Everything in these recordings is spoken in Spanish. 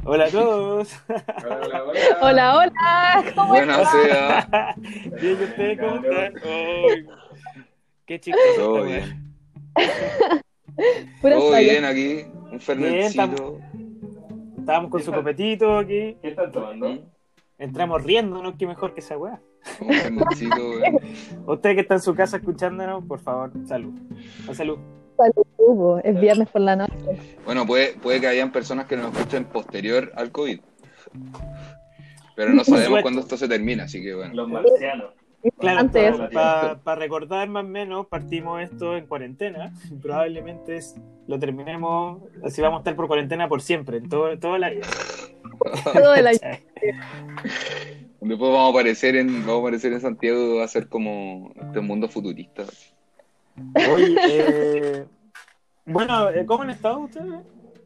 Hola a todos. Hola, hola, Hola, hola. hola, ¿cómo Buenas sea. Bien, ¿y ustedes cómo Calor. están? Ay, qué chistosa esta Todo weá. bien. puras Todo tallas? bien aquí. Un Bien, fernetcito. estábamos con ¿Qué su están, copetito aquí. qué están tomando? Entramos riéndonos, qué mejor que esa weá. Un fernetcito, weón. Usted que está en su casa escuchándonos, por favor, salud. A salud. Salud, po, es viernes por la noche. Bueno, puede que hayan personas que nos escuchen posterior al COVID, pero no Por sabemos cuándo supuesto. esto se termina, así que bueno. Los marcianos. Claro, Antes, para recordar más o menos, partimos esto en cuarentena. Probablemente lo terminemos, así vamos a estar por cuarentena por siempre, en toda la vida. todo el año. ¿Cachai? Después vamos a aparecer en Santiago, va a ser como este mundo futurista. Oye, bueno, ¿cómo han estado ustedes?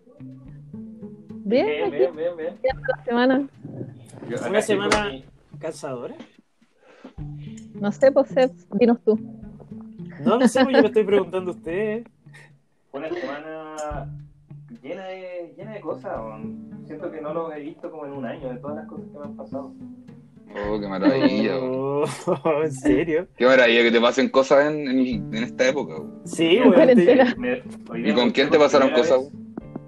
Bien, Bien, aquí, bien, bien, bien. la semana. Yo acá Una estoy con semana mi- cansadora. No sé, pues, Seb, dinos tú. No sé, pues yo le estoy preguntando a ustedes. Una semana llena de cosas. Weón. Siento que no lo he visto como en un año, de todas las cosas que me han pasado. Oh, qué maravilla, weón. Oh, ¿en serio? Qué maravilla que te pasen cosas en esta época, weón. Sí, Hoy día weón. Cuarentena. hoy ¿Y día con me quién duché te por pasaron primera cosas, vez. weón?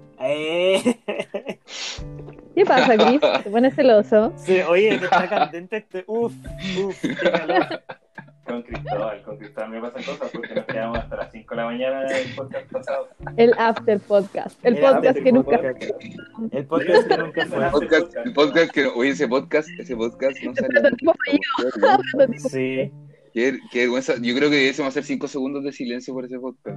¿Qué pasa, Cris? ¿Te pones celoso? Sí, oye, que está candente este. Qué calor. Con Cristóbal me pasan cosas porque nos quedamos hasta las 5 de la mañana del podcast pasado. El After Podcast. El Era podcast que nunca. El podcast que nunca fue. El podcast que, oye, ese podcast no salió Prototipo nunca. Prototipo. Sí. Qué vergüenza. Yo creo que debiésemos hacer 5 segundos de silencio por ese podcast.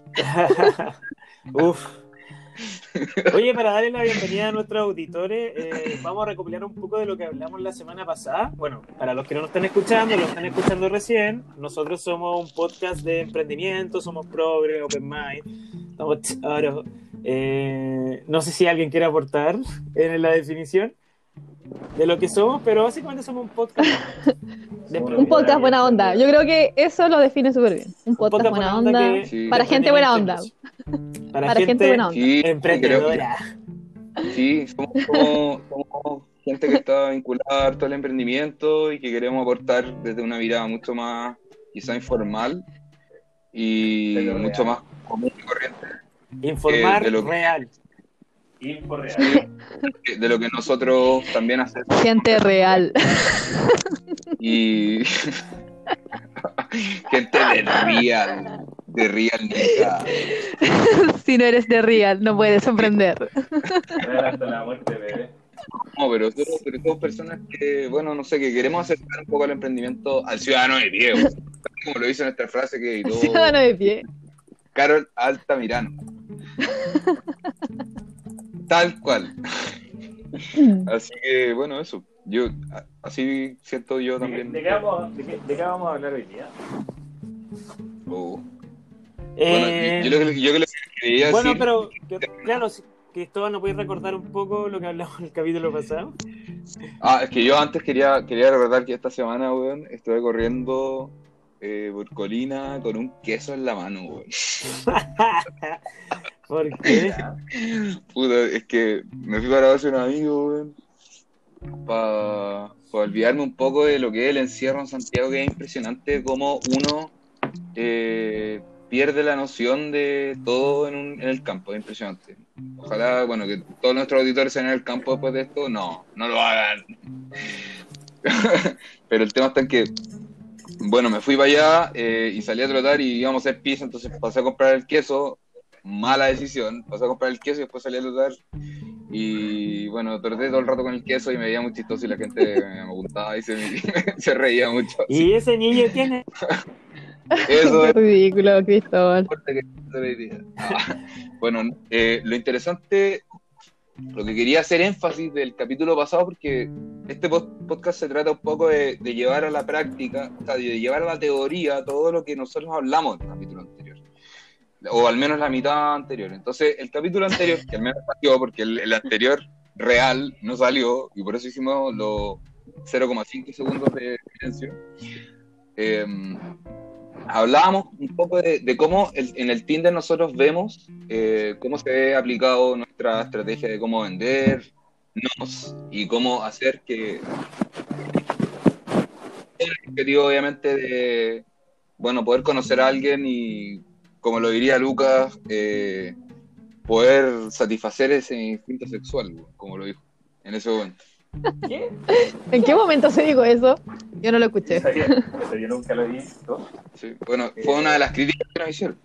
Uf. Oye, para darle la bienvenida a nuestros auditores, vamos a recopilar un poco de lo que hablamos la semana pasada. Bueno, para los que no nos están escuchando, lo están escuchando recién, nosotros somos un podcast de emprendimiento, somos progre, open mind, estamos choros. No sé si alguien quiere aportar en la definición de lo que somos, pero básicamente somos un podcast de Un podcast buena onda. Yo creo que eso lo define súper bien. Un podcast buena onda. que, Sí. Para gente buena onda. Para Para gente buena onda. Sí, emprendedora. sí, somos gente que está vinculada harto al emprendimiento y que queremos aportar desde una mirada mucho más quizá informal y Pero mucho real. más común y corriente Informar de lo que- real. Info real. de lo que nosotros también hacemos. Gente real. Y gente de real neta. Si no eres de real, no puedes emprender. Real hasta la muerte, bebé. No, pero somos personas que, bueno, no sé, que queremos acercar un poco al emprendimiento al ciudadano de pie, como lo dice nuestra frase que editó Ciudadano de pie. Carol Altamirano. Tal cual. Así que, bueno, eso. Así siento yo también. ¿De qué vamos a hablar hoy día? Oh. Eh, Bueno, yo que lo que quería bueno, decir, pero claro, Cristóbal, ¿no puedes recordar un poco lo que hablamos en el capítulo pasado? es que yo antes quería recordar que esta semana, weón, estuve corriendo por Colina con un queso en la mano, weón. ¿Por qué? Puta, es que me fui para base de un amigo, weón, para olvidarme un poco de lo que es el encierro en Santiago, que es impresionante cómo uno pierde la noción de todo en el campo, es impresionante. Ojalá, bueno, que todos nuestros auditores sean en el campo después de esto, no lo hagan. Pero el tema está en que, bueno, me fui para allá y salí a trotar y íbamos a hacer pizza, entonces pasé a comprar el queso, mala decisión, pasé a comprar el queso y después salí a trotar y bueno, troté todo el rato con el queso y me veía muy chistoso y la gente me apuntaba y se reía mucho. ¿Y ese niño quién es? Eso Qué es ridículo, Cristóbal. fuerte que se le diría. Bueno, lo interesante, lo que quería hacer énfasis del capítulo pasado, porque este podcast se trata un poco de llevar a la práctica, o sea, de llevar a la teoría todo lo que nosotros hablamos del capítulo anterior, o al menos la mitad anterior. Entonces, el capítulo anterior, que al menos salió, porque el anterior real no salió, y por eso hicimos los 0,5 segundos de silencio, hablábamos un poco de cómo en el Tinder nosotros vemos cómo se ve aplicado nuestra estrategia de cómo vender, nos y cómo hacer que el objetivo obviamente de, bueno, poder conocer a alguien y, como lo diría Lucas, poder satisfacer ese instinto sexual, como lo dijo en ese momento. ¿Qué? ¿En qué momento se dijo eso? Yo no lo escuché. Eso yo nunca lo he visto. Sí. Bueno, fue una de las críticas que nos hicieron.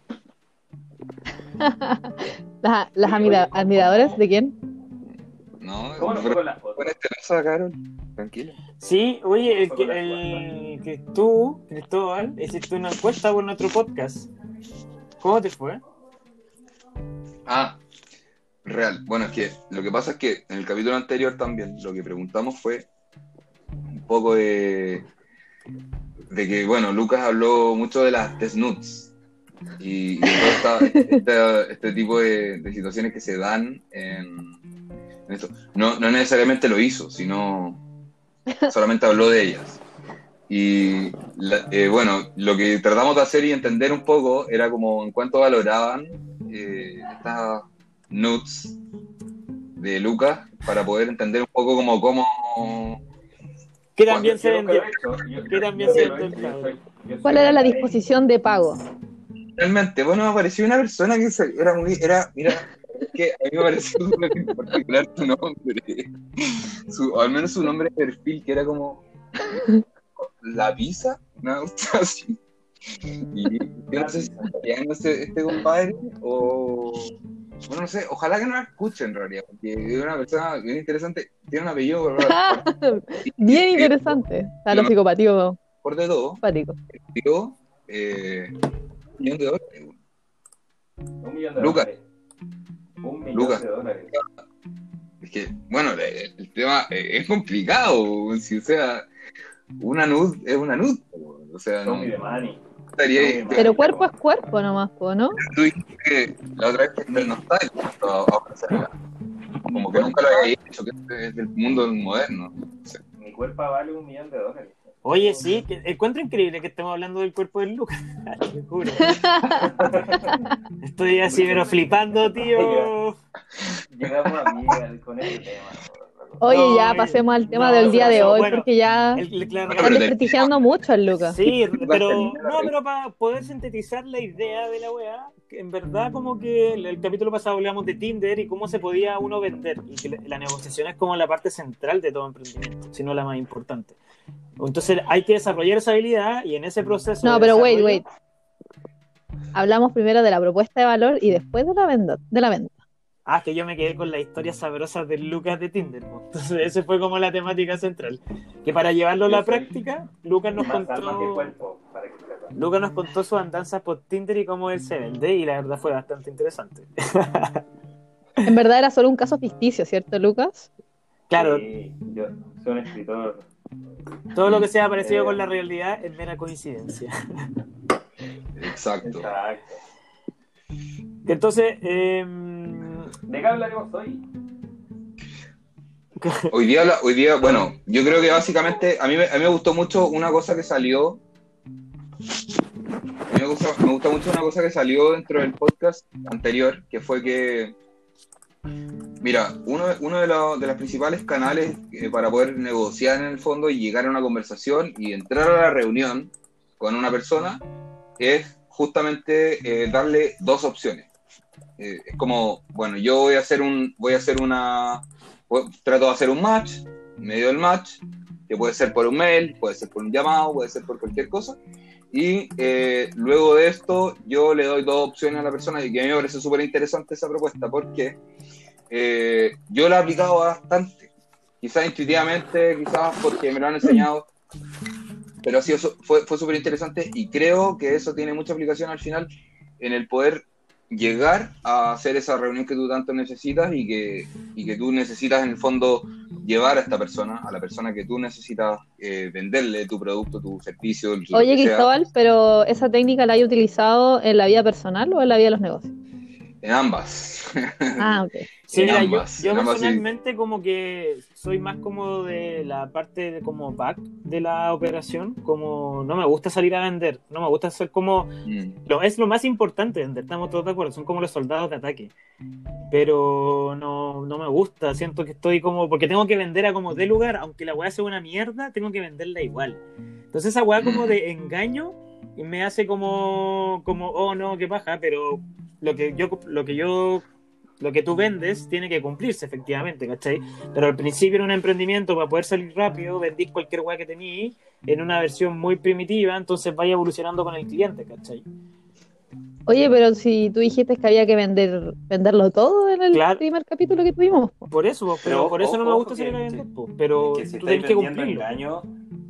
¿Las admiradores de quién? No, ¿Cómo no fue con las fotos? ponete la Carol, tranquilo. Sí, oye, el que tú, Cristóbal, hiciste una encuesta por nuestro podcast. ¿Cómo te fue? Ah, real. Bueno, es que lo que pasa es que en el capítulo anterior también lo que preguntamos fue un poco de que, bueno, Lucas habló mucho de las desnudes y de todo este tipo de situaciones que se dan en esto. No necesariamente lo hizo, sino solamente habló de ellas. Y bueno, lo que tratamos de hacer y entender un poco era como en cuánto valoraban estas nudes de Lucas para poder entender un poco como cómo ¿Qué también se vendió? ¿Qué también se vendió? ¿Cuál era la disposición de pago? realmente, bueno, me pareció una persona que mira, que a mí me pareció súper particular su nombre, al menos su nombre de perfil, que era como La Visa, una cosa así. Y yo no sé si está este compadre o... Bueno, no sé, ojalá que no la escuche en realidad, porque es una persona bien interesante, tiene un apellido Bien interesante. A los psicopatíos por de todo, simpáticos. dio $1 millón. $1 millón de Lucas. dólares. $1 millón Lucas. de dólares. Es que, bueno, el tema es complicado, si, o sea, una nud es una nud, o sea, Show no me the money. estaría ahí. Pero cuerpo es cuerpo nomás, ¿no? Tú dijiste que la otra vez que no está dispuesto a ofrecerla, como que nunca lo había hecho, que es del mundo moderno. O sea, Mi cuerpo vale $1 millón de dólares. Oye, sí, que encuentro increíble que estemos hablando del cuerpo del Lucas. Te juro. Estoy así, pero flipando, tío. Llegamos a amigas con este tema. Oye, No, ya pasemos al tema no, del día de hoy, bueno, porque ya Claro, están desprestigiando mucho al Lucas. sí, pero para poder sintetizar la idea de la weá, que en verdad como que el capítulo pasado hablamos de Tinder y cómo se podía uno vender, y que la negociación es como la parte central de todo emprendimiento, si no la más importante. Entonces hay que desarrollar esa habilidad y en ese proceso... No, pero wait. Hablamos primero de la propuesta de valor y después de la venta. Ah, que yo me quedé con las historias sabrosas de Lucas de Tinder, ¿no? Entonces ese fue como la temática central. Que para llevarlo a la práctica, Lucas nos contó sus andanzas por Tinder y cómo él se vende, y la verdad fue bastante interesante. En verdad era solo un caso ficticio, ¿cierto, Lucas? Claro, Sí, yo soy un escritor. todo lo que sea parecido con la realidad es mera coincidencia. exacto. Entonces, ¿De qué hablaremos hoy? Hoy día, bueno, yo creo que básicamente a mí me gustó mucho una cosa que salió. Me gusta mucho una cosa que salió dentro del podcast anterior, que fue que, mira, uno de los principales canales para poder negociar en el fondo y llegar a una conversación y entrar a la reunión con una persona es justamente darle dos opciones. Es como, bueno, yo trato de hacer un match, medio del match, que puede ser por un mail, puede ser por un llamado, puede ser por cualquier cosa, y luego de esto yo le doy dos opciones a la persona, y que a mí me parece súper interesante esa propuesta, porque yo la he aplicado bastante, quizás intuitivamente, quizás porque me lo han enseñado, pero sí, fue súper interesante, y creo que eso tiene mucha aplicación al final en el poder llegar a hacer esa reunión que tú tanto necesitas y que tú necesitas en el fondo llevar a esta persona, a la persona que tú necesitas venderle tu producto, tu servicio. Oye, Cristóbal, pero ¿esa técnica la hay utilizado en la vida personal o en la vida de los negocios? En ambas. Ah, ok. Sí, En mira, ambas, yo en ambas sí. personalmente como que soy más como de la parte de como back de la operación, como no me gusta salir a vender, no me gusta ser como, es lo más importante vender, estamos todos de acuerdo, son como los soldados de ataque, pero no me gusta, siento que estoy como, porque tengo que vender a como de lugar, aunque la weá sea una mierda, tengo que venderla igual. Entonces esa weá como de engaño y me hace como, oh no, qué paja, pero lo que tú vendes tiene que cumplirse efectivamente, ¿cachai? Pero al principio en un emprendimiento, para poder salir rápido, vendís cualquier weá que tenías en una versión muy primitiva, entonces vaya evolucionando con el cliente, ¿cachai? Oye, pero si tú dijiste que había que venderlo todo en el Claro, primer capítulo que tuvimos, po. por eso, pero por eso no me gusta salir a vender, pero que si tú estáis tenés que vendiendo cumplirlo. engaños,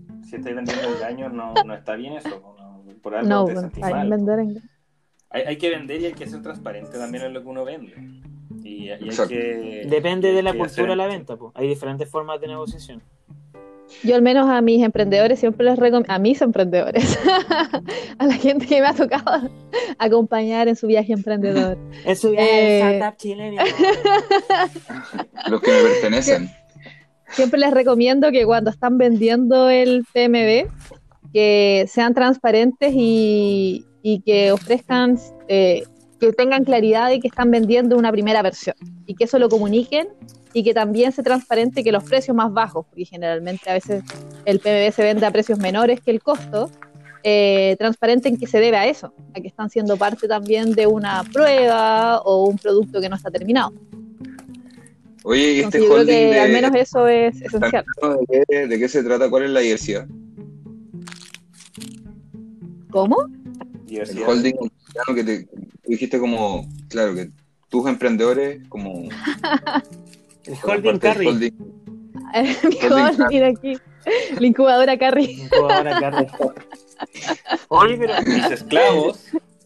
no está bien eso. Por algo No, te bueno, sentís está bien mal. vender en... Hay que vender y hay que ser transparente también en lo que uno vende. Y hay Exacto. que... Depende y hay de la que cultura de hacer- la venta, pues. Hay diferentes formas de negociación. Yo al menos a mis emprendedores siempre les recomiendo, a mis emprendedores, a la gente que me ha tocado acompañar en su viaje emprendedor. En su viaje de Startup Chile, mi amor. Los que me pertenecen. Siempre les recomiendo que cuando están vendiendo el PMB, que sean transparentes y que ofrezcan, que tengan claridad de que están vendiendo una primera versión y que eso lo comuniquen y que también sea transparente que los precios más bajos, porque generalmente a veces el PMB se vende a precios menores que el costo, transparente en que se debe a eso, a que están siendo parte también de una prueba o un producto que no está terminado. Oye, ¿y Entonces este yo creo holding que al menos eso es esencial. de qué se trata? ¿Cuál es la diversidad? ¿Cómo? El diversidad. holding mexicano que tú dijiste como, claro, que tus emprendedores como El forman holding parte del carry. holding. Mejor, mira aquí, la incubadora Carrie. Incubadora carry. Oye, pero Mis esclavos.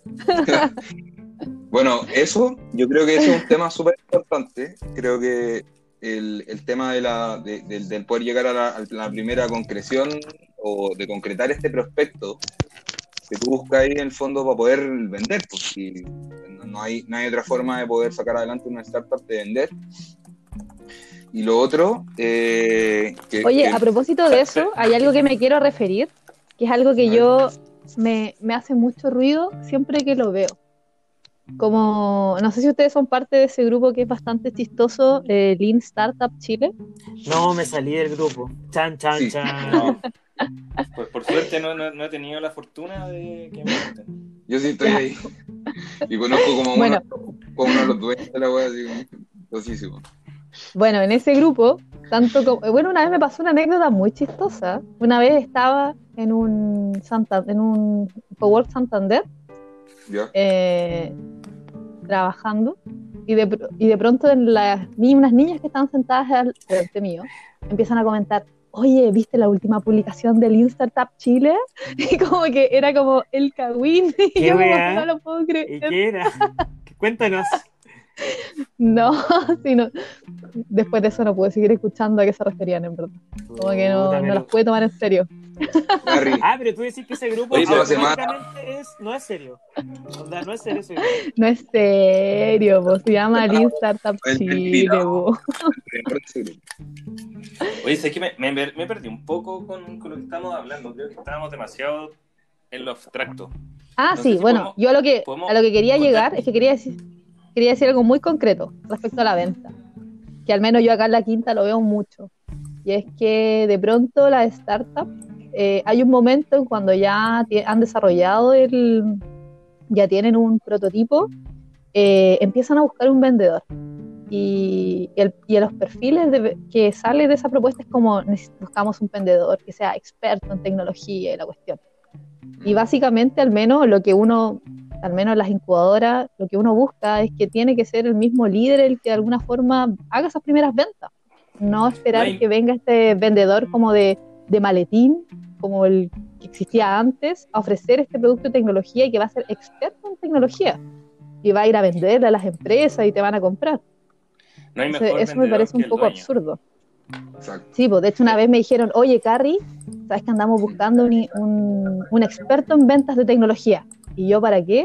Bueno, eso, yo creo que eso es un tema súper importante. Creo que el tema del poder llegar a la primera concreción o de concretar este prospecto que tú buscas ahí en el fondo para poder vender, pues si no hay otra forma de poder sacar adelante una startup de vender. Y lo otro, Oye, a propósito de eso, hay algo que me quiero referir, que es algo que yo me hace mucho ruido siempre que lo veo. Como, no sé si ustedes son parte de ese grupo que es bastante chistoso, Lean Startup Chile. no, me salí del grupo. Chan, chan, Sí. chan. No. Pues por suerte no he tenido la fortuna de que me gusten. yo sí estoy ahí. Y conozco como Bueno. uno de los dueños de la wea, así, cosísimo. Bueno, en ese grupo, bueno, una vez me pasó una anécdota muy chistosa. Una vez estaba en un Cowork Santander, ¿Ya? trabajando, y de pronto unas niñas que estaban sentadas al frente mío empiezan a comentar: oye, ¿viste la última publicación del Lean Startup Chile? Y como que era como el cagüín, y ¿Qué yo como wea? que no lo puedo ¿Y creer. qué era? Cuéntanos. No, sino, después de eso no pude seguir escuchando a qué se referían, en verdad. Como que no las pude tomar en serio. Harry, Pero tú decís que ese grupo Oye, pero hace más- automáticamente no es serio. Onda, no es serio ese grupo. No es serio, pues se llama Lean Startup el Chile, pirado. po. Oye, sé que me perdí un poco con lo que estamos hablando. Creo que estábamos demasiado en lo abstracto. Ah, No sí, sé si bueno, yo a lo que quería llegar es que quería decir algo muy concreto respecto a la venta, que al menos yo acá en La Quinta lo veo mucho, y es que de pronto las startups, hay un momento en cuando ya han desarrollado ya tienen un prototipo, empiezan a buscar un vendedor, y a los perfiles que sale de esa propuesta es como: buscamos un vendedor que sea experto en tecnología y la cuestión. Y básicamente, al menos en las incubadoras, lo que uno busca es que tiene que ser el mismo líder el que de alguna forma haga esas primeras ventas. No esperar que venga este vendedor como de maletín, como el que existía antes, a ofrecer este producto de tecnología y que va a ser experto en tecnología. Y va a ir a venderle a las empresas y te van a comprar. No hay mejor Eso me parece un vendedor que el poco dueño. absurdo. Exacto. Sí, pues de hecho una vez me dijeron: oye, Carrie, ¿sabes que andamos buscando un experto en ventas de tecnología? Y yo, ¿para qué?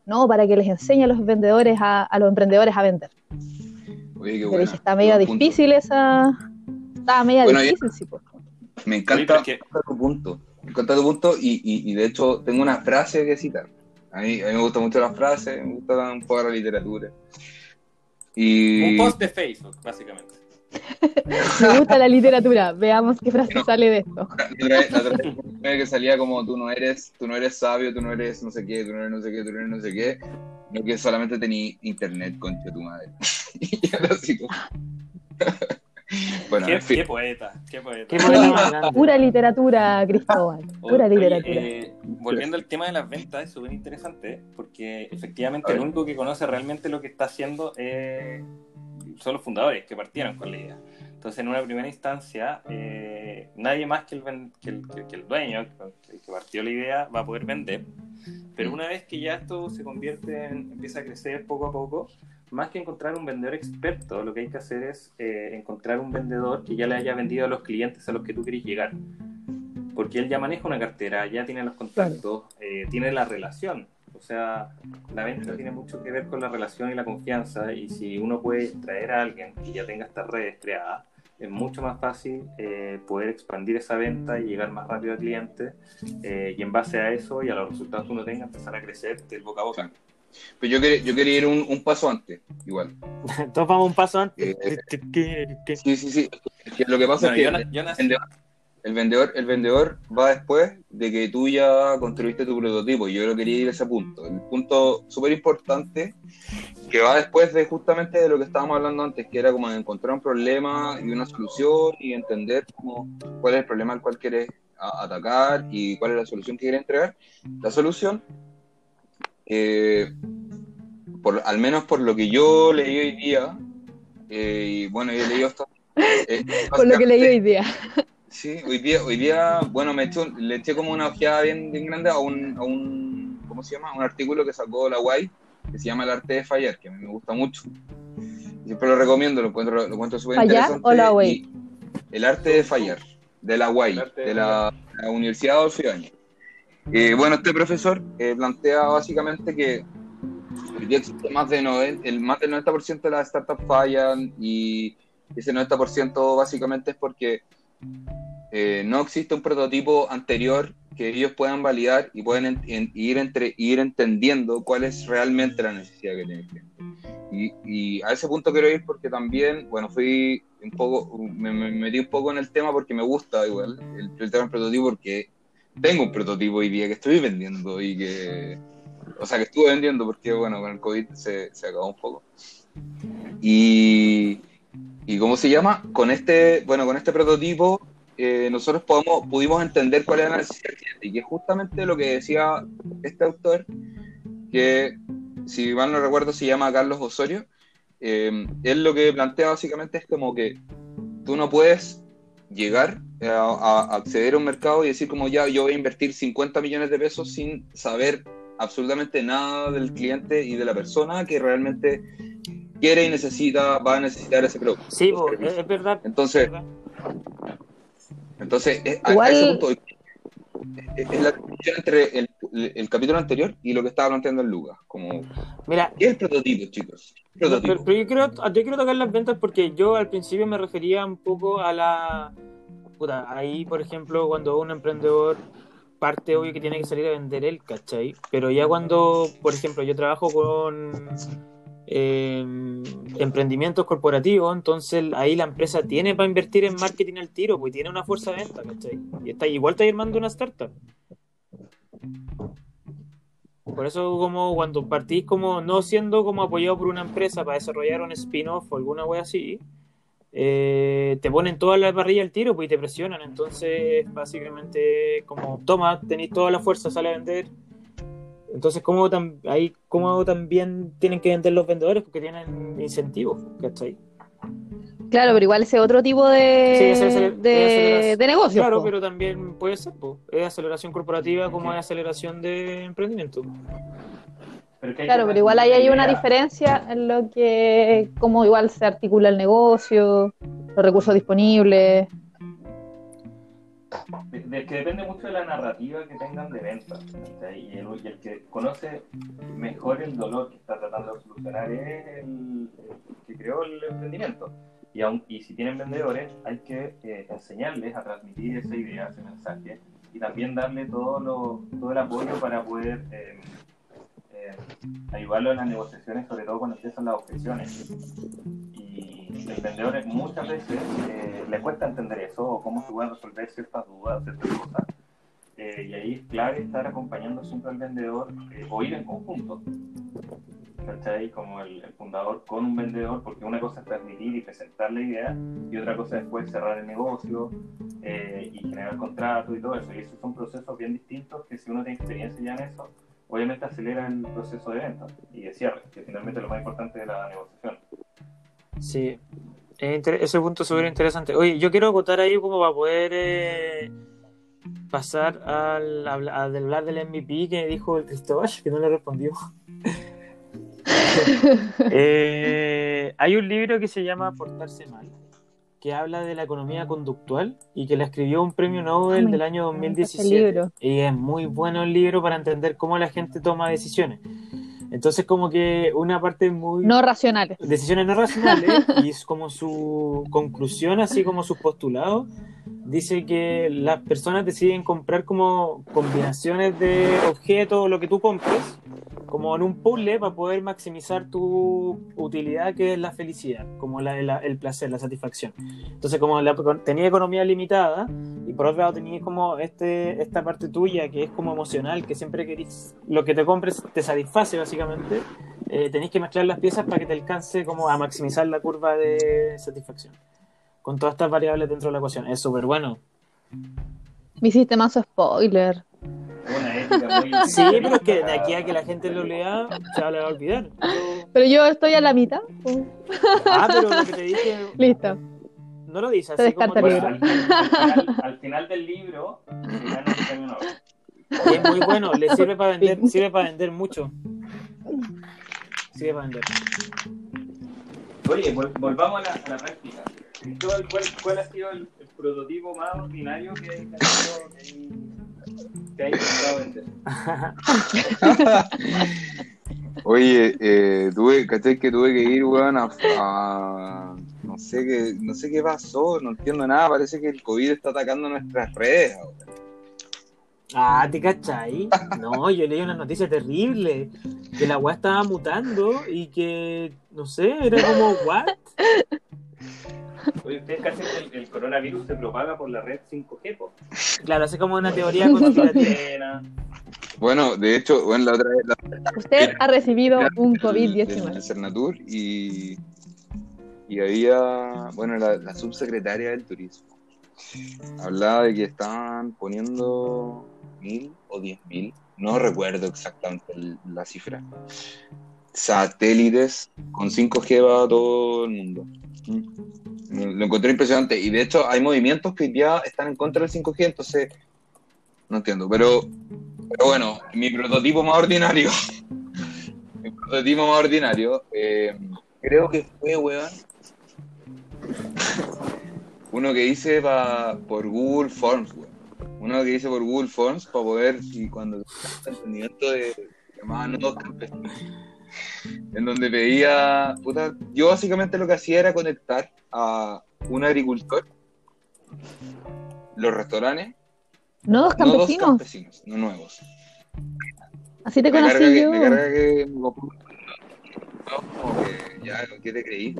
no, para que les enseñe a los vendedores, a los emprendedores a vender. Oye, qué Yo buena. dije, está medio difícil esa... Estaba media difícil, sí, pues. Me encanta tu punto. Me encanta tu punto y de hecho tengo una frase que citar. A mí me gustan mucho las frases, me gusta un poco la literatura. Un post de Facebook, básicamente. Me gusta la literatura. Veamos qué frase sale de esto. La otra vez que salía como tú no eres sabio, tú no eres no sé qué, tú no eres no sé qué, tú no eres no sé qué, no que solamente tenías internet, concha tu madre. Y ahora sí como... Bueno, en fin. Qué poeta. Qué poeta más grande. Pura literatura, Cristóbal. Pura literatura. Volviendo al tema de las ventas, es súper interesante, porque efectivamente el único que conoce realmente lo que está haciendo son los fundadores que partieron con la idea. Entonces, en una primera instancia, nadie más que el dueño, que partió la idea, va a poder vender. Pero una vez que ya esto se empieza a crecer poco a poco, más que encontrar un vendedor experto, lo que hay que hacer es encontrar un vendedor que ya le haya vendido a los clientes a los que tú querés llegar. Porque él ya maneja una cartera, ya tiene los contactos, tiene la relación. O sea, la venta tiene mucho que ver con la relación y la confianza, y si uno puede traer a alguien que ya tenga estas redes creadas, es mucho más fácil poder expandir esa venta y llegar más rápido al cliente, y en base a eso y a los resultados que uno tenga, empezar a crecer del boca a boca. Pero yo quería ir un paso antes, igual. Entonces vamos un paso antes. Sí. Lo que pasa es que el vendedor va después de que tú ya construiste tu prototipo. Yo lo quería ir a ese punto. El punto súper importante que va después de justamente de lo que estábamos hablando antes, que era como encontrar un problema y una solución y entender cuál es el problema al cual quieres atacar y cuál es la solución que quieres entregar. La solución, al menos por lo que yo leí hoy día, y bueno, yo he leído esto. Por lo que leí hoy día. Sí, hoy día bueno, le eché como una ojeada bien grande a un ¿cómo se llama? Un artículo que sacó la UAI, que se llama El arte de fallar, que a mí me gusta mucho. Siempre lo recomiendo, lo encuentro súper interesante. ¿Fallar o la UAI? El arte de fallar, de la UAI, de la Universidad Adolfo Ibáñez. Bueno, este profesor plantea básicamente que hoy día existe más del 90% de las startups fallan, y ese 90% básicamente es porque no existe un prototipo anterior que ellos puedan validar y pueden ir entendiendo cuál es realmente la necesidad que tiene el cliente. Y a ese punto quiero ir porque también, bueno, me metí un poco en el tema porque me gusta igual el tema del prototipo, porque tengo un prototipo hoy día que estoy vendiendo y que estuve vendiendo porque, bueno, con el COVID se acabó un poco. Y ¿cómo se llama? Con este prototipo nosotros pudimos entender cuál era la necesidad del cliente, y que justamente lo que decía este autor, que si mal no recuerdo se llama Carlos Osorio, él lo que plantea básicamente es como que tú no puedes llegar a acceder a un mercado y decir como ya yo voy a invertir 50 millones de pesos sin saber absolutamente nada del cliente y de la persona que realmente quiere y va a necesitar ese producto. Sí, es verdad. Entonces, igual... a ese punto es la discusión entre el capítulo anterior y lo que estaba planteando en Lucas. Como, mira, ¿qué es el prototipo, chicos? Pero yo quiero tocar las ventas porque yo al principio me refería un poco a la... ahí, por ejemplo, cuando un emprendedor parte, obvio que tiene que salir a vender él, ¿cachai? Pero ya cuando, por ejemplo, yo trabajo con emprendimientos corporativos, entonces ahí la empresa tiene para invertir en marketing al tiro, pues tiene una fuerza de venta, ¿cachai? Y igual está armando una startup. Por eso, como cuando partís como no siendo como apoyado por una empresa para desarrollar un spin-off o alguna wea así, te ponen toda la parrilla al tiro, pues, y te presionan. Entonces básicamente como toma, tenéis toda la fuerza, sale a vender. Entonces ¿cómo también tienen que vender los vendedores? Porque tienen incentivos, ¿cachai? Claro, pero igual ese otro tipo de negocio. Claro, pero también puede ser, es aceleración corporativa como es aceleración de emprendimiento. Claro, pero igual ahí hay una diferencia en lo que, cómo igual se articula el negocio, los recursos disponibles. que depende mucho de la narrativa que tengan de venta. Y el que conoce mejor el dolor que está tratando de solucionar es el que creó el emprendimiento. Y si tienen vendedores, hay que enseñarles a transmitir esa idea, ese mensaje, y también darle todo el apoyo para poder ayudarlo en las negociaciones, sobre todo cuando empiezan las objeciones. Y el vendedor muchas veces le cuesta entender eso, o cómo se pueden resolver ciertas dudas, ciertas cosas. Y ahí es clave estar acompañando siempre al vendedor, o ir en conjunto, ¿cachai? Como el fundador con un vendedor, porque una cosa es transmitir y presentar la idea, y otra cosa es después cerrar el negocio y generar contratos y todo eso. Y esos son procesos bien distintos que, si uno tiene experiencia ya en eso, obviamente acelera el proceso de venta y de cierre, que finalmente es lo más importante de la negociación. Sí, ese punto es súper interesante. Oye, yo quiero acotar ahí como para poder pasar a hablar del MVP que dijo el Cristóbal, que no le respondió. Hay un libro que se llama Portarse Mal, que habla de la economía conductual y que la escribió un premio Nobel del año 2017. Y es muy bueno el libro para entender cómo la gente toma decisiones. Entonces, como que una parte muy... No racionales. Decisiones no racionales, y es como su conclusión, así como sus postulados, dice que las personas deciden comprar como combinaciones de objetos o lo que tú compres, como en un puzzle, para poder maximizar tu utilidad, que es la felicidad, como el placer, la satisfacción. Entonces, como tenía economía limitada, y por otro lado tenías como esta parte tuya que es como emocional, que siempre querís, lo que te compres te satisface básicamente, tenés que mezclar las piezas para que te alcance como a maximizar la curva de satisfacción, con todas estas variables dentro de la ecuación. Es súper bueno. Me hiciste más spoiler. Una ética muy... Sí, pero es que de aquí a que la gente lo lea, se le va a olvidar. Pero yo estoy a la mitad. Pero lo que te dije... Listo. No lo dices Se así como... descarta el libro. Al final del libro, gana el premio Nobel. Y es muy bueno, le sirve para vender mucho. Sirve para vender. Oye, volvamos a la práctica. ¿Cuál ha sido el prototipo más ordinario que hay intentado vender? Oye, tuve que ir, weón, no sé qué pasó, no entiendo nada, parece que el COVID está atacando nuestras redes ahora. ¿Te cachai? No, yo leí una noticia terrible, que la weá estaba mutando y que, no sé, era como, ¿what? Oye, ¿ustedes cachan que el coronavirus se propaga por la red 5G, po? Claro, hace como una teoría conspirativa. Bueno, de hecho, bueno, la otra vez... Usted ha recibido un COVID-19. El Cernatur y había, bueno, la subsecretaria del turismo hablaba de que estaban poniendo 1.000 o 10.000, no recuerdo exactamente la cifra, satélites con 5G para todo el mundo. Lo encontré impresionante, y de hecho hay movimientos que ya están en contra del 5G, entonces no entiendo, pero bueno, mi prototipo más ordinario creo que fue, weón, uno que hice por Google Forms, weón. Para poder, y cuando el entendimiento de llamaban nodos campesinos, en donde pedía, yo básicamente lo que hacía era conectar a un agricultor, los restaurantes, ¿Nodos campesinos? no nuevos. Así te conocí yo. Me carga que como que ya, ¿qué te creí?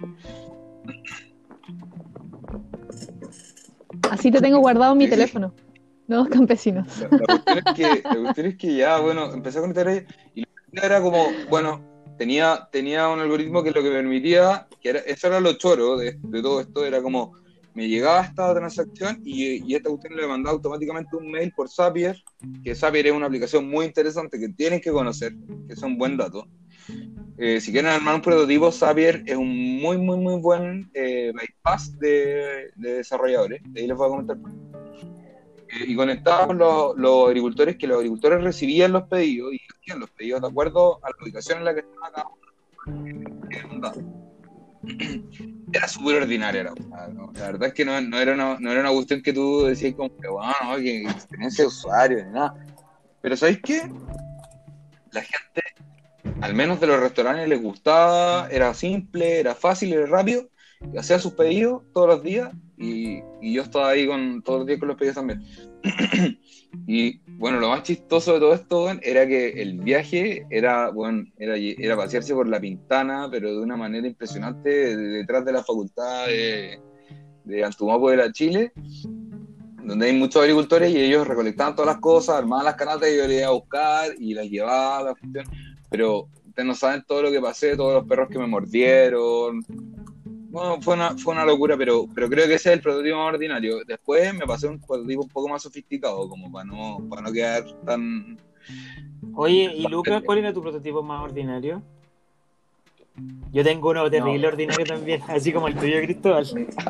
Así te tengo guardado en mi teléfono. Nodos campesinos. La cuestión es que ya, bueno, empecé a conectar ahí, y lo que era como, bueno, tenía un algoritmo que lo que permitía, eso era lo choro de todo esto, era como, me llegaba esta transacción y esta cuestión le mandaba automáticamente un mail por Zapier, que Zapier es una aplicación muy interesante que tienen que conocer, que es un buen dato. Si quieren armar un prototipo, Zapier es un muy, muy, muy buen bypass de desarrolladores. De ahí les voy a comentar. Y conectaba con los agricultores, que los agricultores recibían los pedidos y hacían los pedidos de acuerdo a la ubicación en la que estaba cada uno. era súper ordinaria la weá, ¿no? La verdad es que no era una cuestión que tú decías como que, bueno, no, que experiencia de usuario, ni nada. Pero ¿sabéis qué? La gente, al menos de los restaurantes, les gustaba, era simple, era fácil, era rápido, y hacía sus pedidos todos los días, y yo estaba ahí todos los días con los pedidos también. Y bueno, lo más chistoso de todo esto, bueno, era que el viaje era pasearse por La Pintana, pero de una manera impresionante, detrás de la facultad de Antumapo de la Chile, donde hay muchos agricultores y ellos recolectaban todas las cosas, armaban las canastas y yo les iba a buscar y las llevaba a la cuestión. Pero ustedes no saben todo lo que pasé, todos los perros que me mordieron. Bueno, fue una locura, pero creo que ese es el prototipo más ordinario. Después me pasé un prototipo un poco más sofisticado, como para no quedar tan... Oye, y Lucas, ¿cuál era tu prototipo más ordinario? Yo tengo uno terrible ordinario también, así como el tuyo, Cristóbal.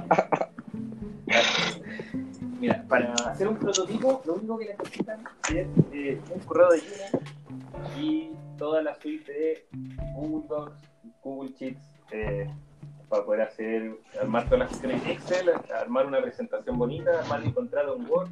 Mira, para hacer un prototipo, lo único que necesitan es un correo de Gmail y toda la suite de Google Docs, Google Sheets, para poder armar todas las sesiones en Excel, armar una presentación bonita, armar un contrato en Word.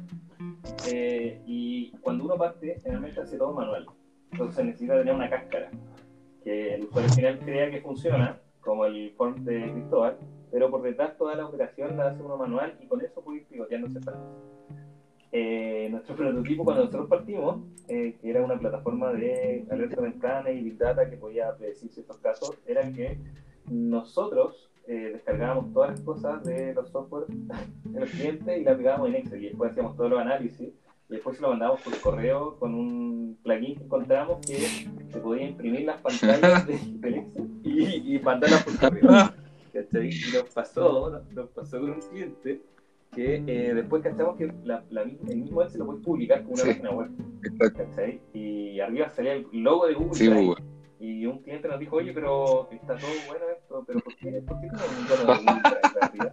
Y cuando uno parte, generalmente hace todo manual. Entonces necesita tener una cáscara que el usuario final crea que funciona, como el form de Cristóbal, pero por detrás toda la operación la hace uno manual y con eso puede ir pivoteándose para nuestro prototipo cuando nosotros partimos, que era una plataforma de alerta temprana y Big Data que podía predecir ciertos casos, era que nosotros descargábamos todas las cosas de los software de los clientes y las pegábamos en Excel y después hacíamos todos los análisis y después se lo mandábamos por correo con un plugin que encontramos que se podía imprimir las pantallas del Excel y mandarlas por correo. ¿Cachai? Y nos pasó con un cliente que después cachamos que el mismo Excel lo puedes publicar como una página web. ¿Cachai? Y arriba salía el logo de Google. Sí, Drive. Y un cliente nos dijo, oye, pero está todo bueno esto, pero ¿por qué tiene un icono de Google Drive arriba?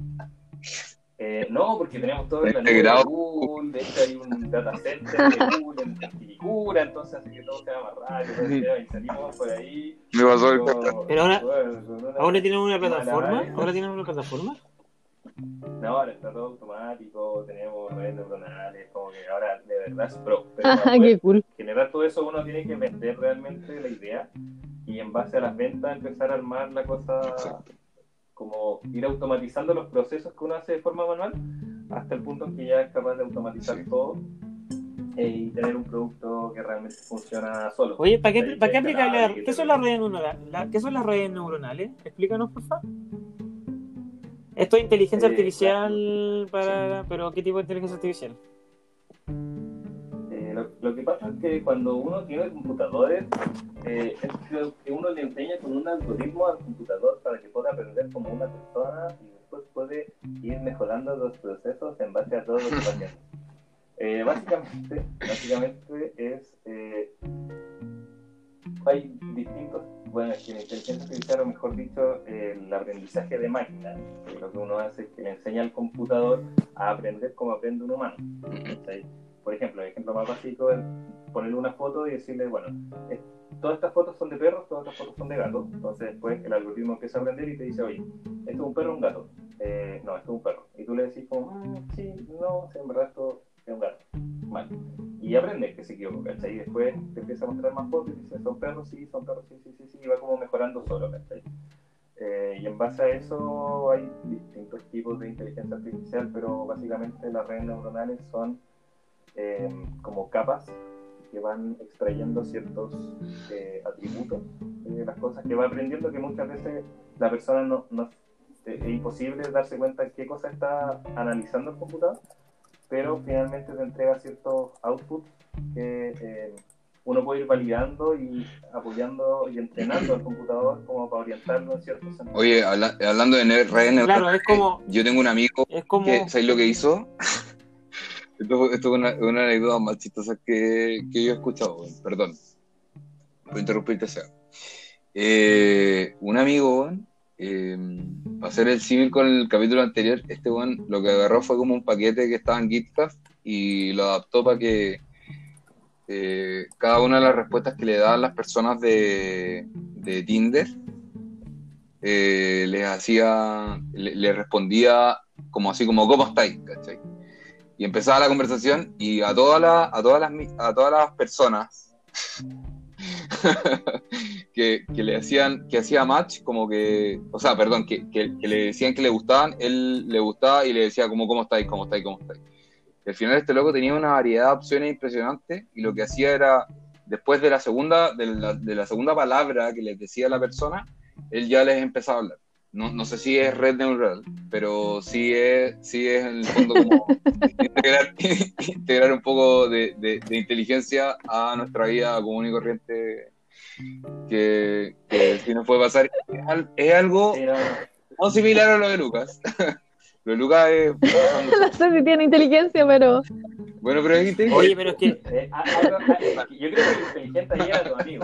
No, porque tenemos todo en la nube de Google, de hecho hay un data center de Google en Quilicura, entonces hace que todo sea más rápido, y salimos por ahí. Me pasó el Pero ahora tienen una plataforma, No, ahora está todo automático, tenemos redes neuronales, como que ahora de verdad es pro. Pero Qué cool. Generar todo eso uno tiene que vender realmente la idea y en base a las ventas empezar a armar la cosa, como ir automatizando los procesos que uno hace de forma manual hasta el punto en que ya es capaz de automatizar todo y tener un producto que realmente funciona solo. Oye, ¿para qué aplicarle? ¿Qué son las redes neuronales? ¿Qué son las redes neuronales? Explícanos, por favor. Esto es inteligencia artificial pero ¿qué tipo de inteligencia artificial? Lo que pasa es que cuando uno tiene computadores, es que uno le enseña con un algoritmo al computador para que pueda aprender como una persona y después puede ir mejorando los procesos en base a todo lo que va haciendo. Básicamente es... hay distintos... Bueno, es que la inteligencia artificial, o mejor dicho, el aprendizaje de máquina, lo que uno hace es que le enseña al computador a aprender como aprende un humano. ¿Sí? Por ejemplo, el ejemplo más básico es ponerle una foto y decirle, bueno, todas estas fotos son de perros, todas estas fotos son de gatos. Entonces después el algoritmo empieza a aprender y te dice, oye, ¿esto es un perro o un gato? No, esto es un perro. Y tú le decís como, sí, no, en verdad esto es un gato. Vale. Y aprende que se equivocó, ¿cachai? Y después te empieza a mostrar más fotos y dice, son perros, sí, y va como mejorando solo, ¿cachai? Y en base a eso hay distintos tipos de inteligencia artificial, pero básicamente las redes neuronales son como capas que van extrayendo ciertos atributos de las cosas que va aprendiendo, que muchas veces la persona es imposible darse cuenta de qué cosa está analizando el computador, pero finalmente te entrega ciertos outputs que uno puede ir validando y apoyando y entrenando al computador como para orientarlo en ciertos sentidos. Oye, hablando de redes neuronales, claro, es como, yo tengo un amigo que, ¿sabes lo que hizo? Esto es una anécdota más chistosa que yo he escuchado, perdón por interrumpirte, Seba. Un amigo, para hacer el símil con el capítulo anterior, lo que agarró fue como un paquete que estaba en GitHub y lo adaptó para que cada una de las respuestas que le daban las personas de Tinder le respondía como así como ¿cómo estáis? ¿Cachai? Y empezaba la conversación y a todas las personas que le decían que hacía match, como que, o sea, perdón, que le decían que le gustaban, él le gustaba y le decía como ¿cómo estáis? ¿Cómo estáis? ¿Cómo estáis? Y al final este loco tenía una variedad de opciones impresionantes y lo que hacía era, después de la segunda palabra que les decía la persona, él ya les empezaba a hablar. No sé si es red neural, pero sí es en el fondo como integrar un poco de inteligencia a nuestra vida común y corriente que si nos puede pasar. Es algo no similar a lo de Lucas. Lo de Lucas es... No sé si tiene inteligencia, pero... Bueno, pero es inteligente. Oye, pero es que yo creo que el inteligente ahí era tu amigo.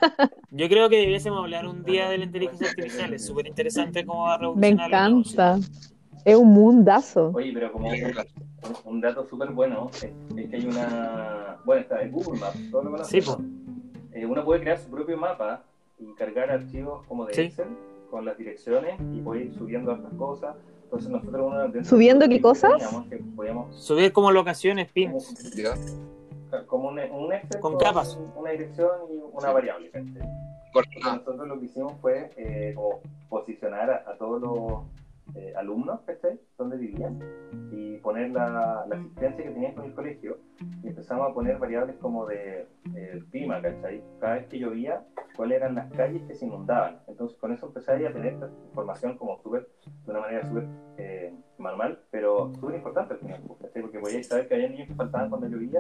yo creo que debiésemos hablar un día de la inteligencia artificial. Es súper interesante cómo va a Me revolucionar los encanta. Es un mundazo. Oye, pero como un dato súper bueno es que hay una... Bueno, está en Google Maps, todo lo Sí, conocemos. Uno puede crear su propio mapa y cargar archivos como de Sí. Excel con las direcciones y puede ir subiendo otras cosas. Entonces nosotros ¿Subiendo qué cosas? Que podíamos Subir como locaciones, pins. ¿Ya? como un Excel Con capas. una dirección y una variable. ¿Cachai? Coordenada. Nosotros lo que hicimos fue como posicionar a todos los alumnos, ¿cachai? Donde vivían y poner la asistencia que tenían con el colegio y empezamos a poner variables como de clima, ¿cachai? Cada vez que llovía, cuáles eran las calles que se inundaban. Entonces con eso empecé a tener esta información como de una manera súper normal, pero súper importante al final, ¿cachai? Porque podíais saber que había niños que faltaban cuando llovía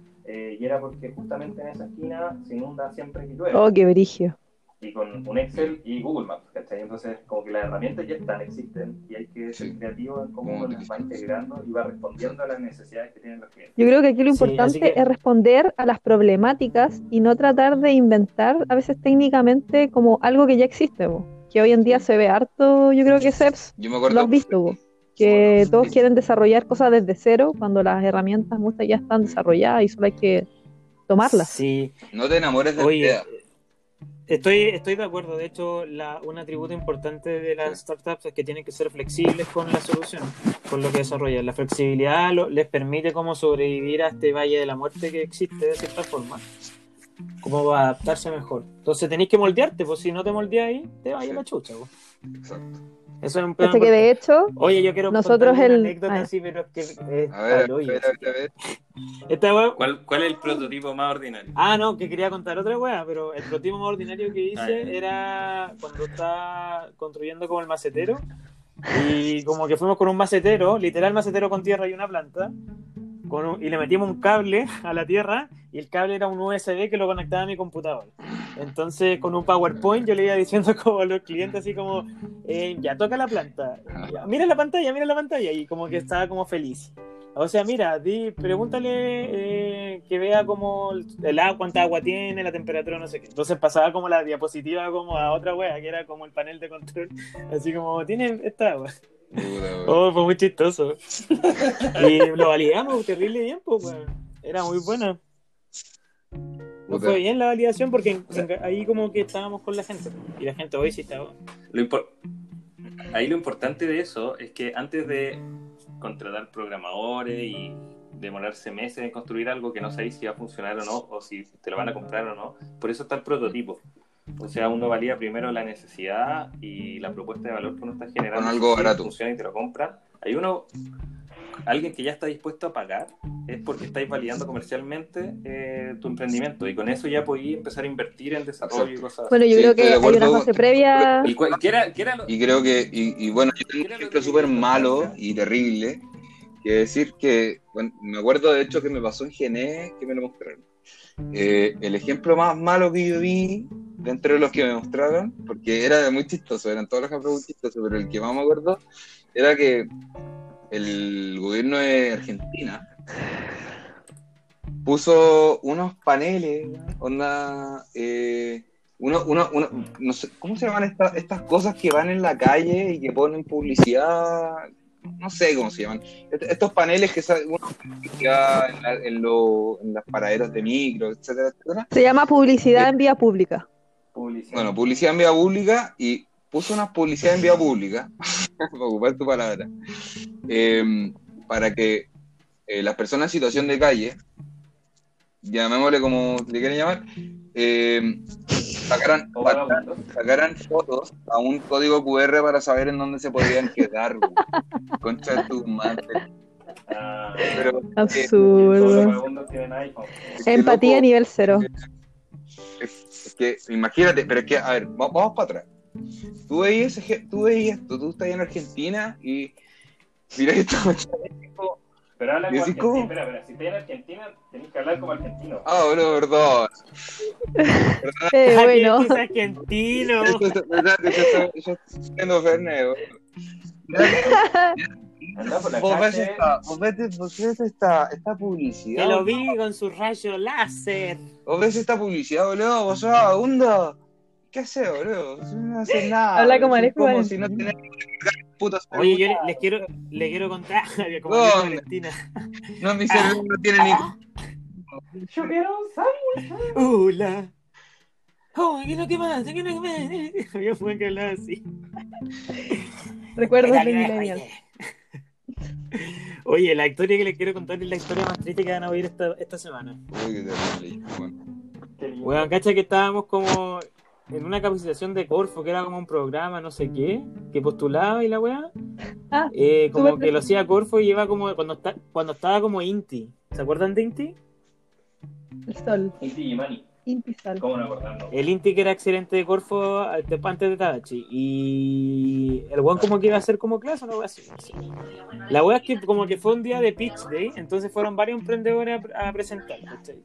y era porque justamente en esa esquina se inunda siempre que llueve. Oh, qué brigio. Y con un Excel y Google Maps, ¿cachai? Entonces, como que las herramientas ya existen y hay que ser creativo en cómo uno las va integrando y va respondiendo a las necesidades que tienen los clientes. Yo creo que aquí lo Sí, importante así que- es responder a las problemáticas y no tratar de inventar a veces técnicamente como algo que ya existe, po. Que hoy en día se ve harto, yo creo que SEPs, Yo me acuerdo lo has visto, po. Que todos Sí. quieren desarrollar cosas desde cero cuando las herramientas muchas ya están desarrolladas y solo hay que tomarlas. Sí. No te enamores de la Oye, idea. estoy de acuerdo. De hecho, un atributo importante de las startups es que tienen que ser flexibles con la solución, con lo que desarrollan. La flexibilidad les permite como sobrevivir a este valle de la muerte que existe de cierta forma. Cómo va a adaptarse mejor. Entonces tenéis que moldearte, pues si no te moldeáis, te vaya la chucha. Pues. Exacto. Eso es un tema Hasta que de importante. hecho, Oye, yo quiero nosotros contar una el- anécdota ah. así, pero es que es A ver, pa'l hoyo, a así que- ver. Esta wea- ¿Cuál es el prototipo más ordinario? Ah, no, que quería contar otra wea, pero el prototipo más ordinario que hice Ah, ya. era cuando estaba construyendo como el macetero y como que fuimos con un macetero, literal macetero con tierra y una planta, y le metimos un cable a la tierra y el cable era un USB que lo conectaba a mi computador. Entonces con un PowerPoint yo le iba diciendo como a los clientes así como ya toca la planta, ya, mira la pantalla y como que estaba como feliz. O sea, mira, pregúntale que vea como el agua, cuánta agua tiene, la temperatura, no sé qué. Entonces pasaba como la diapositiva como a otra wea, que era como el panel de control, así como, tiene esta agua. Puta, weón. Oh, fue muy chistoso. Y lo validamos terrible bien, pues, weón. Era muy buena. Nos Puta. fue bien la validación porque ahí como que estábamos con la gente. Y la gente hoy sí estaba. Ahí lo importante de eso es que antes de contratar programadores y demorarse meses en construir algo que no sabéis si va a funcionar o no, o si te lo van a comprar o no, por eso está el prototipo. O sea, uno valida primero la necesidad y la propuesta de valor que uno está generando. Con algo Si barato. funciona y te lo compran. Hay alguien que ya está dispuesto a pagar, es porque estáis validando comercialmente tu emprendimiento y con eso ya podéis empezar a invertir en desarrollo y cosas así. bueno, yo Sí, creo que estoy de hay una acuerdo. fase previa. ¿Y qué era lo- Y creo que, y bueno, yo tengo un ejemplo súper malo y terrible, que decir que, bueno, me acuerdo de hecho que me pasó en Gené, que me lo mostraron. El ejemplo más malo que yo vi dentro de los que me mostraron, porque era muy chistoso, eran todos los ejemplos muy chistosos, pero el que más me acuerdo era que el gobierno de Argentina puso unos paneles, onda, no sé, ¿cómo se llaman estas cosas que van en la calle y que ponen publicidad? No sé cómo se llaman. Estos paneles que salen en las paraderos de micro, etcétera, etcétera. Se llama publicidad en vía pública. Publicidad. Bueno, publicidad en vía pública y puso unas publicidades en vía pública, para ocupar tu palabra, para que las personas en situación de calle, llamémosle como le quieren llamar, sacaran fotos a un código QR para saber en dónde se podían quedar, güey. Concha de tu madre. Pero, Absurdo. Todos los vagabundos tienen iPhone. Empatía loco, nivel 0. es que, imagínate, pero es que, a ver, vamos para atrás. Tú veías esto, tú estás en Argentina y mira esto. Pero habla ¿Y como así argentino. cómo? Espera, si estás en Argentina, tenés que hablar como argentino. Ah, bro, perdón. Bueno, Es argentino. Yo estoy haciendo Fernet, bro. Anda por la Vos calle. ves esta publicidad. Que lo vi con su rayo láser. Vos ves esta publicidad, boludo. Vos sos vagabundo. ¿Qué haces, boludo? No haces nada. Habla como Es Alejo como Valentín. si no tenés puta Oye, yo celular. le quiero contar como ¿Dónde? dijo Valentina. No, mi celular no tiene ni. Yo quiero un sándwich. Hola. Oh, ¿qué no más? ¿Qué no más? Había un buen que hablaba así. recuerdos de Oye, Millennial. Oye, la historia que les quiero contar es la historia más triste que van a oír esta semana. Uy, qué terrible. Bueno. Qué lindo. Weón, cacha que estábamos como en una capacitación de Corfo, que era como un programa, no sé qué, que postulaba y la weá. Ah, Como súper que lo hacía Corfo y iba como cuando estaba como Inti. ¿Se acuerdan de Inti? el sol. Inti Gimani. Inti Sol. ¿Cómo no acordarnos? El Inti que era excelente de Corfo antes de Tadachi. Y el weón como que iba a hacer como clase, una weá así. La weá es que como que fue un día de pitch day, entonces fueron varios emprendedores a presentar, ¿cachai?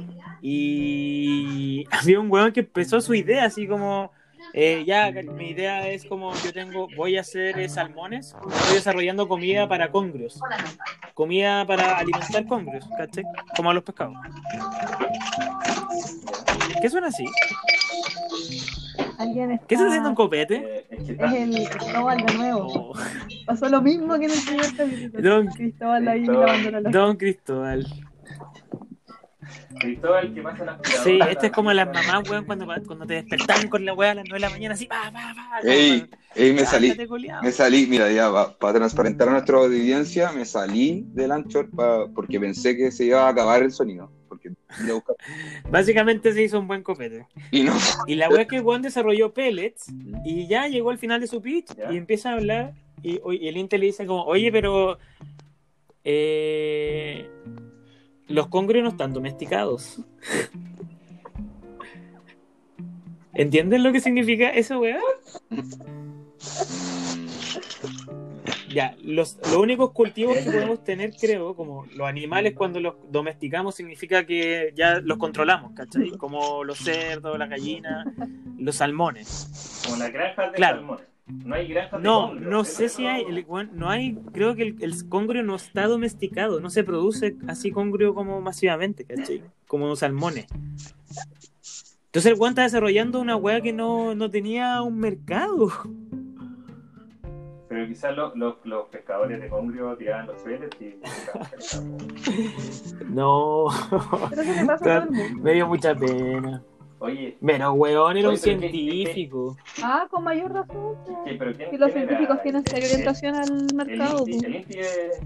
Y había un weón que empezó su idea así como mi idea es como voy a hacer salmones, estoy desarrollando comida para congrios, comida para alimentar congrios, ¿cachai? Como a los pescados. ¿Qué suena así? Alguien está... ¿Qué está haciendo un copete? Es que Es el Cristóbal de nuevo. Oh, Pasó lo mismo que en el primer capítulo. Don- Cristóbal ahí Cristóbal. lavando la Don Cristóbal. Cristóbal que pasa la Sí, este es como las mamás, weón, cuando te despertaban con la weá a las 9 de la mañana, así, pa. Ey, me salí. Cállate, culiao. Me salí, mira, ya para transparentar a nuestra audiencia, me salí del Anchor porque pensé que se iba a acabar el sonido. Porque iba a buscar. Básicamente se hizo un buen copete. Y no. Y la weá es que el weón desarrolló pellets y ya llegó al final de su pitch Ya. y empieza a hablar y el Intel le dice como, oye, pero los congrios no están domesticados. ¿Entienden lo que significa eso, weá? Ya, los únicos cultivos que podemos tener, creo, como los animales cuando los domesticamos, significa que ya los controlamos, ¿cachai? Como los cerdos, las gallinas, los salmones. Como las granjas de Claro. salmones. No hay granjas de No, congrio, no eso sé es si lo- hay, no hay, creo que el congrio no está domesticado, no se produce así congrio como masivamente, ¿cachai? Como salmones. Entonces el weón está desarrollando una weá que no tenía un mercado. Pero quizás los pescadores de congrio tiraban los suelos y... No, Pero eso le pasa a todo el mundo. me dio mucha pena. Oye, Pero weón, era un Oye, pero científico. Ah, con mayor razón. pero ¿quién, Si los quién era? científicos tienen seria orientación al mercado. El Inti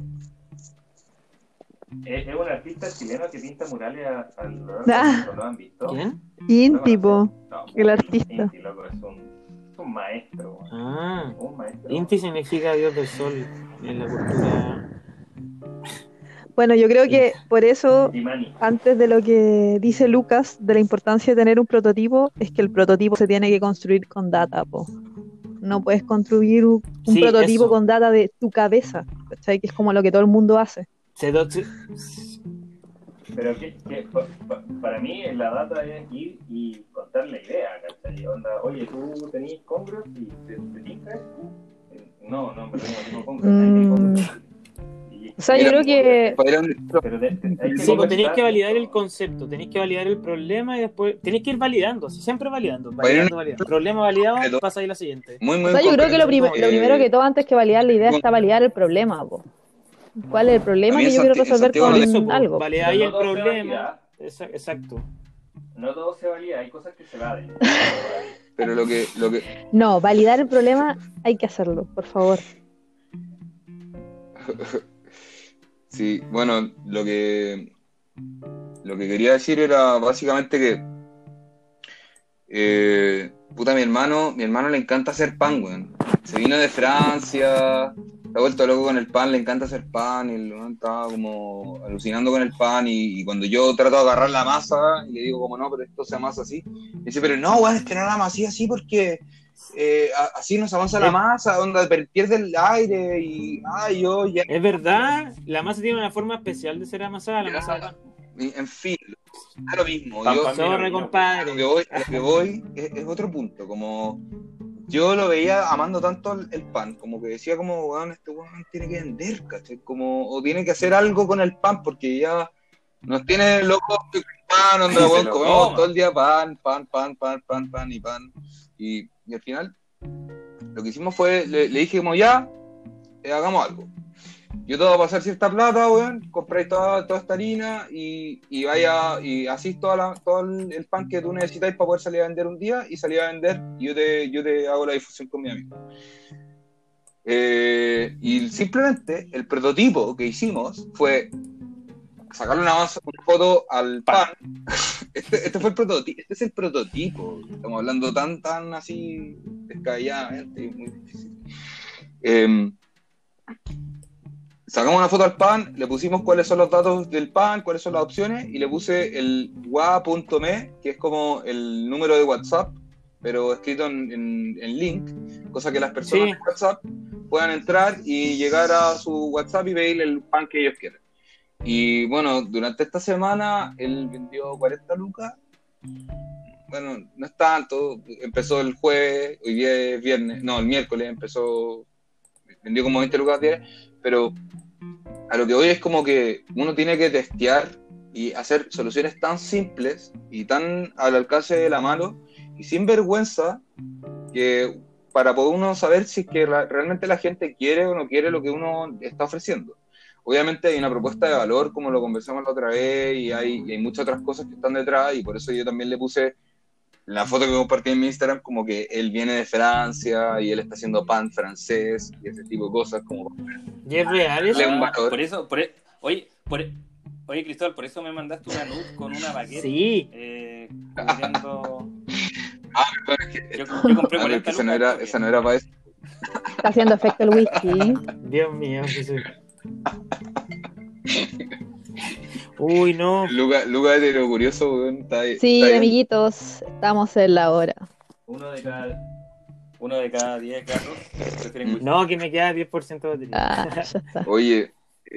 es un artista chileno que pinta murales a ¿no lo han visto? ¿Quién? Inti, po. No, El artista. Inti, loco, es un maestro. Ah, Un maestro. Inti significa Dios del Sol en la cultura. Bueno, yo creo que por eso, Gimani. antes de lo que dice Lucas, de la importancia de tener un prototipo, es que el prototipo se tiene que construir con data, po. No puedes construir un Sí, prototipo eso. con data de tu cabeza, ¿cachai? Que es como lo que todo el mundo hace. Pero para mí la data es ir y contar la idea, ¿cachai? Onda, oye, tú tenés congros y te tinca esto. No, pero no tengo congros. Ahí tengo congros. O sea, yo creo que Pero hay que Sí, pues conversar tenéis que validar el esto. concepto, tenéis que validar el problema y después tenéis que ir validando, siempre validando. Bueno, Problema validado, pasa ahí la siguiente. muy O sea, yo creo que lo concreto. primero que todo, antes que validar la idea, está validar el problema, po. ¿Cuál es el problema A mí que en yo quiero Santi- en resolver Santiago con no- Eso, pues, algo? validáis Pero el no todo se problema. valida. Exacto. No todo se valida, hay cosas que se valen. Pero lo que No, validar el problema hay que hacerlo, por favor. sí, bueno, lo que quería decir era básicamente que puta, mi hermano le encanta hacer pan, weón. Se vino de Francia, se ha vuelto loco con el pan, le encanta hacer pan, y el weón estaba como alucinando con el pan, y cuando yo trato de agarrar la masa, y le digo como no, pero esto se amasa así, me dice, pero no, weón, es que no la amasé así porque así no se avanza la masa, donde pierde el aire, y yo ya... Es verdad, la masa tiene una forma especial de ser amasada, la masa de pan. En fin, es lo mismo. Sorry, compadre. A lo que voy es otro punto. Como yo lo veía amando tanto el pan, como que decía como, weón, este weón tiene que vender, ¿cachai? Como, o tiene que hacer algo con el pan, porque ya nos tiene locos el pan, donde weón, comemos todo el día pan. Y al final, lo que hicimos fue, le dije como, ya, hagamos algo. Yo te voy a pasar cierta plata, weón, compráis toda esta harina y vaya y hacís todo el pan que tú necesitáis para poder salir a vender un día y salir a vender y yo te hago la difusión con mi amigo. Y simplemente el prototipo que hicimos fue sacarle una foto al pan. Este fue el prototipo, este es el prototipo. Estamos hablando tan así descabelladamente, muy difícil. Sacamos una foto al pan, le pusimos cuáles son los datos del pan, cuáles son las opciones, y le puse el wa.me, que es como el número de WhatsApp, pero escrito en link, cosa que las personas de WhatsApp puedan entrar y llegar a su WhatsApp y pedir el pan que ellos quieran. Y bueno, durante esta semana él vendió 40 lucas. Bueno, no es tanto, empezó el jueves, hoy día es viernes, no, el miércoles vendió como 20 lucas diarias, pero a lo que voy es como que uno tiene que testear y hacer soluciones tan simples y tan al alcance de la mano y sin vergüenza, que para poder uno saber si es que realmente la gente quiere o no quiere lo que uno está ofreciendo. Obviamente hay una propuesta de valor, como lo conversamos la otra vez, y hay muchas otras cosas que están detrás, y por eso yo también le puse la foto que compartí en mi Instagram, como que él viene de Francia y él está haciendo pan francés y ese tipo de cosas. Como ¿Y es real eso? Oye, Cristóbal, por eso me mandaste una nude con una baguette. Sí. Yo compré 40 lucas. Esa no era para eso. Está haciendo efecto el whisky. Dios mío, qué soy. Uy, no. Luca de lo curioso, weón. Está Sí, está amiguitos, estamos en la hora. Uno de cada 10 carros prefieren whisky. No, que me queda 10% de batería. Ya está. Oye,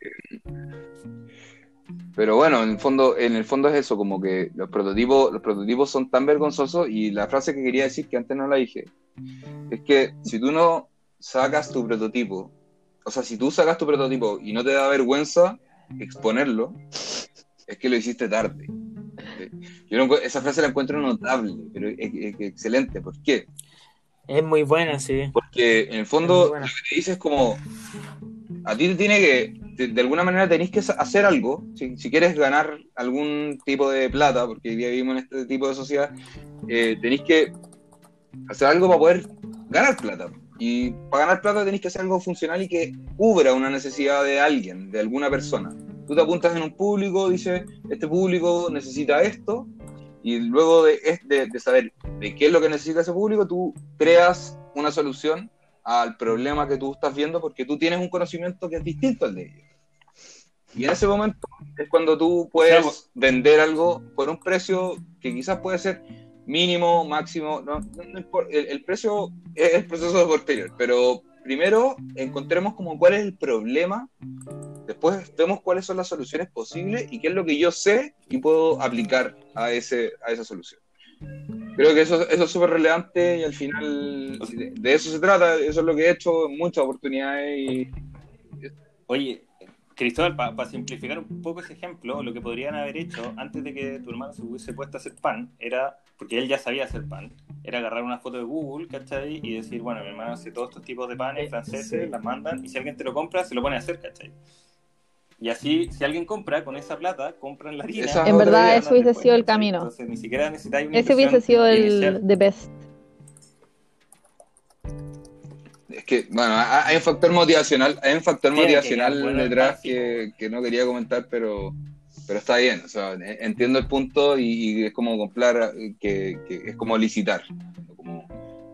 pero bueno, en el fondo es eso, como que los prototipos son tan vergonzosos, y la frase que quería decir, que antes no la dije, es que si tú no sacas tu prototipo, o sea, si tú sacas tu prototipo y no te da vergüenza exponerlo, es que lo hiciste tarde. Esa frase la encuentro notable, pero es excelente. ¿Por qué? Es muy buena, sí. Porque en el fondo lo que te dice es como, a ti te tiene que, de alguna manera tenés que hacer algo, si quieres ganar algún tipo de plata, porque hoy día vivimos en este tipo de sociedad, tenés que hacer algo para poder ganar plata. Y para ganar plata tenés que hacer algo funcional y que cubra una necesidad de alguien, de alguna persona. Tú te apuntas en un público, dices, este público necesita esto, y luego de saber de qué es lo que necesita ese público, tú creas una solución al problema que tú estás viendo, porque tú tienes un conocimiento que es distinto al de ellos. Y en ese momento es cuando tú puedes vender algo por un precio que quizás puede ser mínimo, máximo, no importa. El precio es el proceso posterior, pero primero encontremos como cuál es el problema, después vemos cuáles son las soluciones posibles y qué es lo que yo sé y puedo aplicar a esa solución. Creo que eso es súper relevante, y al final de eso se trata. Eso es lo que he hecho en muchas oportunidades. Oye, Cristóbal, para simplificar un poco ese ejemplo, lo que podrían haber hecho antes de que tu hermano se hubiese puesto a hacer pan, era, porque él ya sabía hacer pan, era agarrar una foto de Google, ¿cachai? Y decir, bueno, mi hermano hace todos estos tipos de panes franceses, las mandan, y si alguien te lo compra, se lo pone a hacer, ¿cachai? Y así, si alguien compra con esa plata, compran la harina. En verdad, eso hubiese sido el camino. Entonces, ni siquiera necesitáis una ese hubiese sido inicial. the best. Es que, bueno, hay un factor motivacional, bueno detrás que no quería comentar, pero está bien. O sea, entiendo el punto y es como comprar, que es como licitar. Como,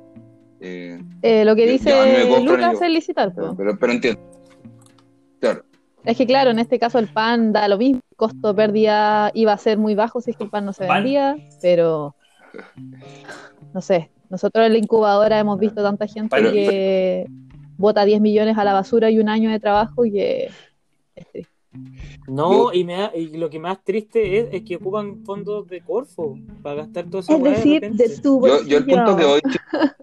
Lo que a mí me dice compran y Lucas es licitar, po. pero entiendo. Claro. Es que claro, en este caso el pan da lo mismo, el costo de pérdida iba a ser muy bajo si es que el pan no se ¿Pan? vendía, pero no sé, nosotros en la incubadora hemos visto tanta gente Pero- que bota 10 millones a la basura y un año de trabajo y que es triste. No, y lo que más triste es que ocupan fondos de Corfo para gastar toda esa Es weá de decir, repente. de tu Yo el punto que bolsillo.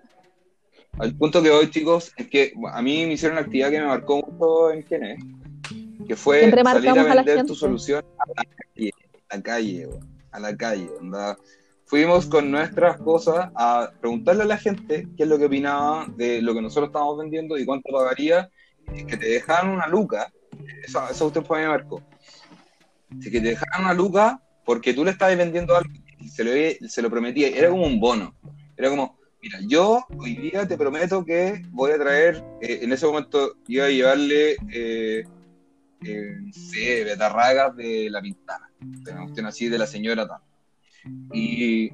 voy, chicos, es que a mí me hicieron una actividad que me marcó mucho en Genes, que fue Siempre salir a marcamos a la vender gente. tu solución a la calle, onda. Fuimos con nuestras cosas a preguntarle a la gente qué es lo que opinaba de lo que nosotros estábamos vendiendo y cuánto pagaría, y que te dejaran una luca. Eso usted fue a mí me marcó. Si que te dejaran una luca porque tú le estabas vendiendo algo y se lo prometía, era como un bono. Era como, mira, yo hoy día te prometo que voy a traer, en ese momento iba a llevarle, no sé, betarragas de La Pintana, una cuestión así de la señora tal. Y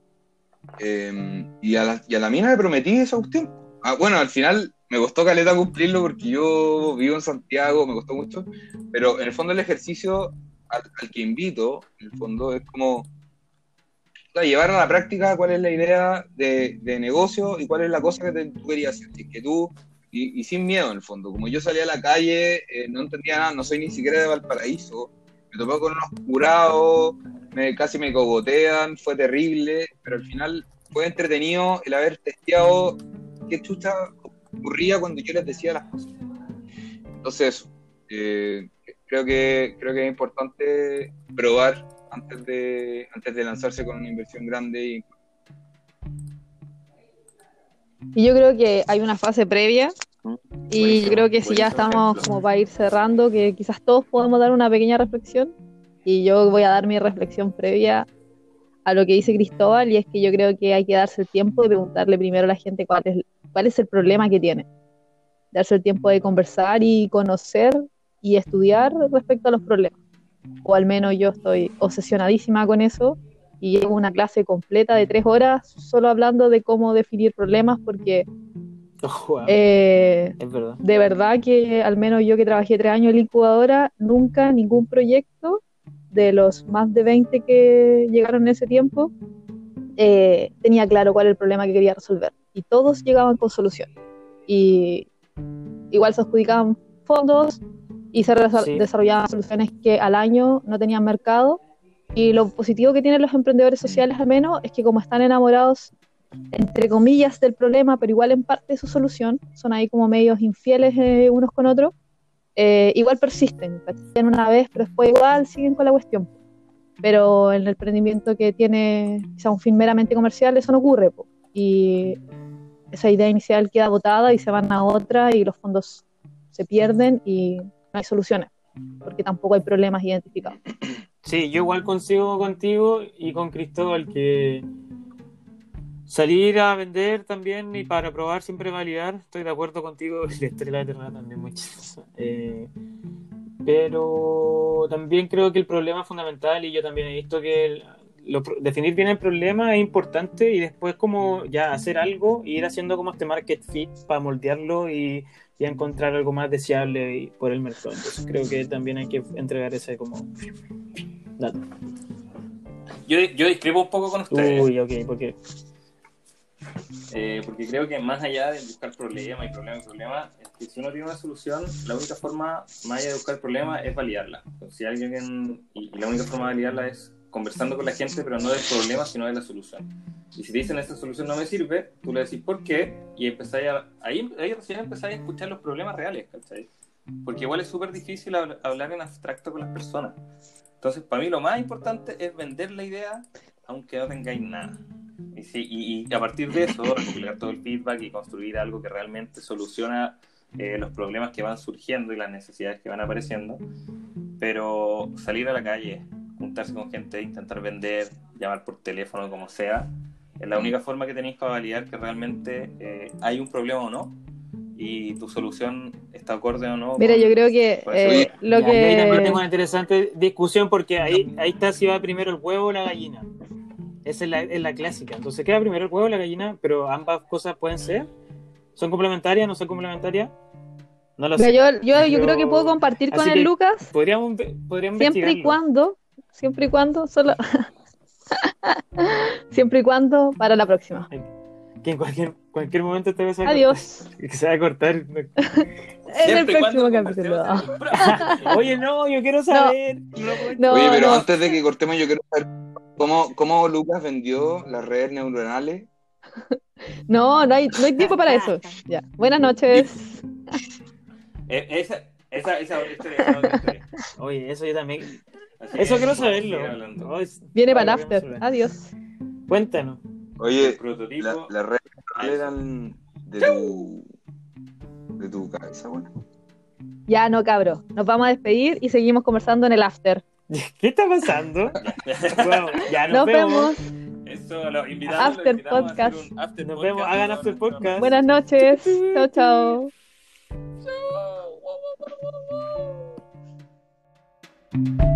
a la mina le prometí esa cuestión. Bueno, al final me costó caleta cumplirlo porque yo vivo en Santiago, me costó mucho, pero en el fondo el ejercicio al que invito, en el fondo es como llevar a la práctica cuál es la idea de negocio y cuál es la cosa que tú querías hacer. Y que tú, y sin miedo en el fondo, como yo salí a la calle, no entendía nada, no soy ni siquiera de Valparaíso, me topé con unos curados, casi me cogotean, fue terrible, pero al final fue entretenido el haber testeado qué chucha ocurría cuando yo les decía las cosas. Entonces, creo que es importante probar antes de lanzarse con una inversión grande. Y yo creo que hay una fase previa y Buenísimo, yo creo que si ya buenísimo estamos ejemplo. como para ir cerrando, que quizás todos podemos dar una pequeña reflexión y yo voy a dar mi reflexión previa a lo que dice Cristóbal, y es que yo creo que hay que darse el tiempo de preguntarle primero a la gente cuál es el problema que tiene, darse el tiempo de conversar y conocer y estudiar respecto a los problemas, o al menos yo estoy obsesionadísima con eso y llevo una clase completa de 3 horas solo hablando de cómo definir problemas porque Wow, de es verdad. verdad que al menos yo que trabajé 3 años en la incubadora, nunca ningún proyecto de los más de 20 que llegaron en ese tiempo tenía claro cuál era el problema que quería resolver. Y todos llegaban con soluciones. Y igual se adjudicaban fondos y se desarrollaban soluciones que al año no tenían mercado. Y lo positivo que tienen los emprendedores sociales al menos es que como están enamorados entre comillas del problema, pero igual en parte de su solución, son ahí como medios infieles unos con otros, igual persisten, ¿cachai? Una vez, pero después igual siguen con la cuestión. Pero en el emprendimiento que tiene quizá un fin meramente comercial, eso no ocurre, po. Y esa idea inicial queda botada y se van a otra y los fondos se pierden y no hay soluciones, porque tampoco hay problemas identificados. Sí, yo igual consigo contigo y con Cristóbal que salir a vender también y para probar siempre validar, estoy de acuerdo contigo, la estrella eterna también muy chistosa. Pero también creo que el problema fundamental, y yo también he visto que definir bien el problema es importante y después como ya hacer algo e ir haciendo como este market fit para moldearlo y encontrar algo más deseable por el mercado. Entonces creo que también hay que entregar ese como dato. Yo discrepo un poco con ustedes. Uy, ok, ¿por qué? Porque creo que más allá de buscar problema, es que si uno tiene una solución, la única forma, más allá de buscar problemas, es validarla. Entonces, si alguien, y la única forma de validarla es conversando con la gente, pero no del problema, sino de la solución. Y si te dicen esta solución no me sirve, tú le decís por qué, y ahí recién empezáis a escuchar los problemas reales, ¿cachai? Porque igual es súper difícil hablar en abstracto con las personas. Entonces, para mí lo más importante es vender la idea, aunque no tengáis nada. Y a partir de eso, recopilar todo el feedback y construir algo que realmente soluciona los problemas que van surgiendo y las necesidades que van apareciendo. Pero salir a la calle, juntarse con gente, intentar vender, llamar por teléfono, como sea, es la única forma que tenéis para validar que realmente hay un problema o no. y tu solución está acorde o no. Mira, yo creo que lo Ya, y ahí también tengo que... una interesante discusión porque ahí está si va primero el huevo o la gallina. Esa es la clásica. Entonces queda primero el huevo o la gallina, pero ambas cosas pueden ser. ¿Son complementarias? ¿No son complementarias? No lo sé. Mira, yo Pero- creo que puedo compartir con así el que Lucas podríamos siempre y investigarlo. cuando, solo... siempre y cuando para la próxima. Que en cualquier momento te vas a Adiós. que se va a cortar. En el Siempre y cuando próximo capítulo. conversemos en el próximo. Oye, no, yo quiero saber. No, Oye, pero no. antes de que cortemos, yo quiero saber cómo Lucas vendió las redes neuronales. No hay tiempo para eso. Ya. Buenas noches. Esa otra historia. Oye, eso yo también. Así Eso que quiero podemos saberlo. seguir hablando. Oh, Viene para el vale, after. vamos a ver. Adiós. Cuéntanos. Oye, El prototipo. las redes neuronales eran de tu cabeza, bueno. Ya no, cabro. Nos vamos a despedir y seguimos conversando en el after. ¿Qué está pasando? Bueno, ya Nos vemos. Eso, los invitamos, After los invitamos podcast. a hacer un after Nos podcast. vemos, hagan after podcast. Buenas noches. Chao, chao. Chao.